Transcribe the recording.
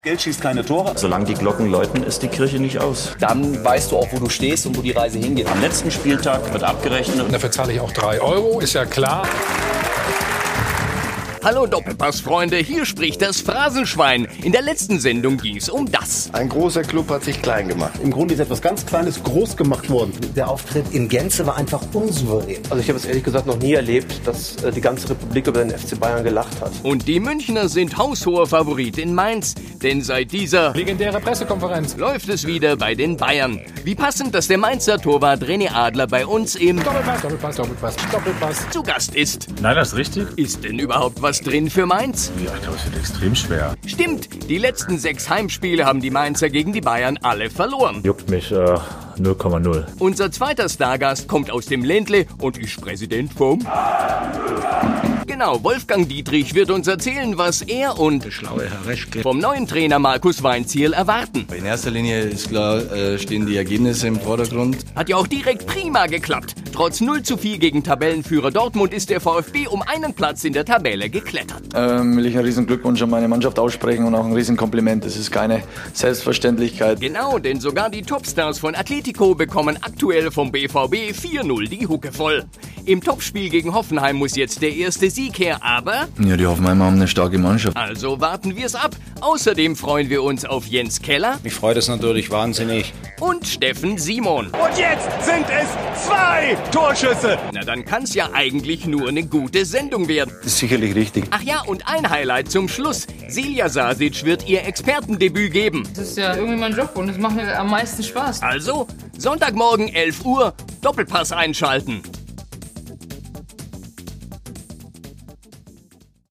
Geld schießt keine Tore. Solange die Glocken läuten, ist die Kirche nicht aus. Dann weißt du auch, wo du stehst und wo die Reise hingeht. Am letzten Spieltag wird abgerechnet. Und dafür zahle ich auch 3 Euro, ist ja klar. Hallo Doppelpass-Freunde, hier spricht das Phrasenschwein. In der letzten Sendung ging es um das. Ein großer Club hat sich klein gemacht. Im Grunde ist etwas ganz Kleines groß gemacht worden. Der Auftritt in Gänze war einfach unsouverän. Also ich habe es ehrlich gesagt noch nie erlebt, dass die ganze Republik über den FC Bayern gelacht hat. Und die Münchner sind haushoher Favorit in Mainz. Denn seit dieser Legendäre Pressekonferenz läuft es wieder bei den Bayern. Wie passend, dass der Mainzer Torwart René Adler bei uns im Doppelpass zu Gast ist. Nein, das ist richtig. Ist denn überhaupt was drin für Mainz? Ja, ich glaube, es wird extrem schwer. Stimmt, die letzten 6 Heimspiele haben die Mainzer gegen die Bayern alle verloren. Juckt mich 0,0. Unser zweiter Stargast kommt aus dem Ländle und ist Präsident vom... Genau, Wolfgang Dietrich wird uns erzählen, was er und der schlaue Herr Reschke vom neuen Trainer Markus Weinzierl erwarten. In erster Linie ist klar, stehen die Ergebnisse im Vordergrund. Hat ja auch direkt prima geklappt. Trotz 0:4 gegen Tabellenführer Dortmund ist der VfB um einen Platz in der Tabelle geklettert. Will ich einen riesen Glückwunsch an meine Mannschaft aussprechen und auch ein riesen Kompliment. Das ist keine Selbstverständlichkeit. Genau, denn sogar die Topstars von Atletico bekommen aktuell vom BVB 4:0 die Hucke voll. Im Topspiel gegen Hoffenheim muss jetzt der erste Sieg her, aber... Ja, die Hoffenheimer haben eine starke Mannschaft. Also warten wir es ab. Außerdem freuen wir uns auf Jens Keller. Mich freut es natürlich wahnsinnig. Und Steffen Simon. Und jetzt sind es 2 Torschüsse. Na, dann kann's ja eigentlich nur eine gute Sendung werden. Das ist sicherlich richtig. Ach ja, und ein Highlight zum Schluss. Silja Sasic wird ihr Expertendebüt geben. Das ist ja irgendwie mein Job und es macht mir am meisten Spaß. Also, Sonntagmorgen 11 Uhr, Doppelpass einschalten.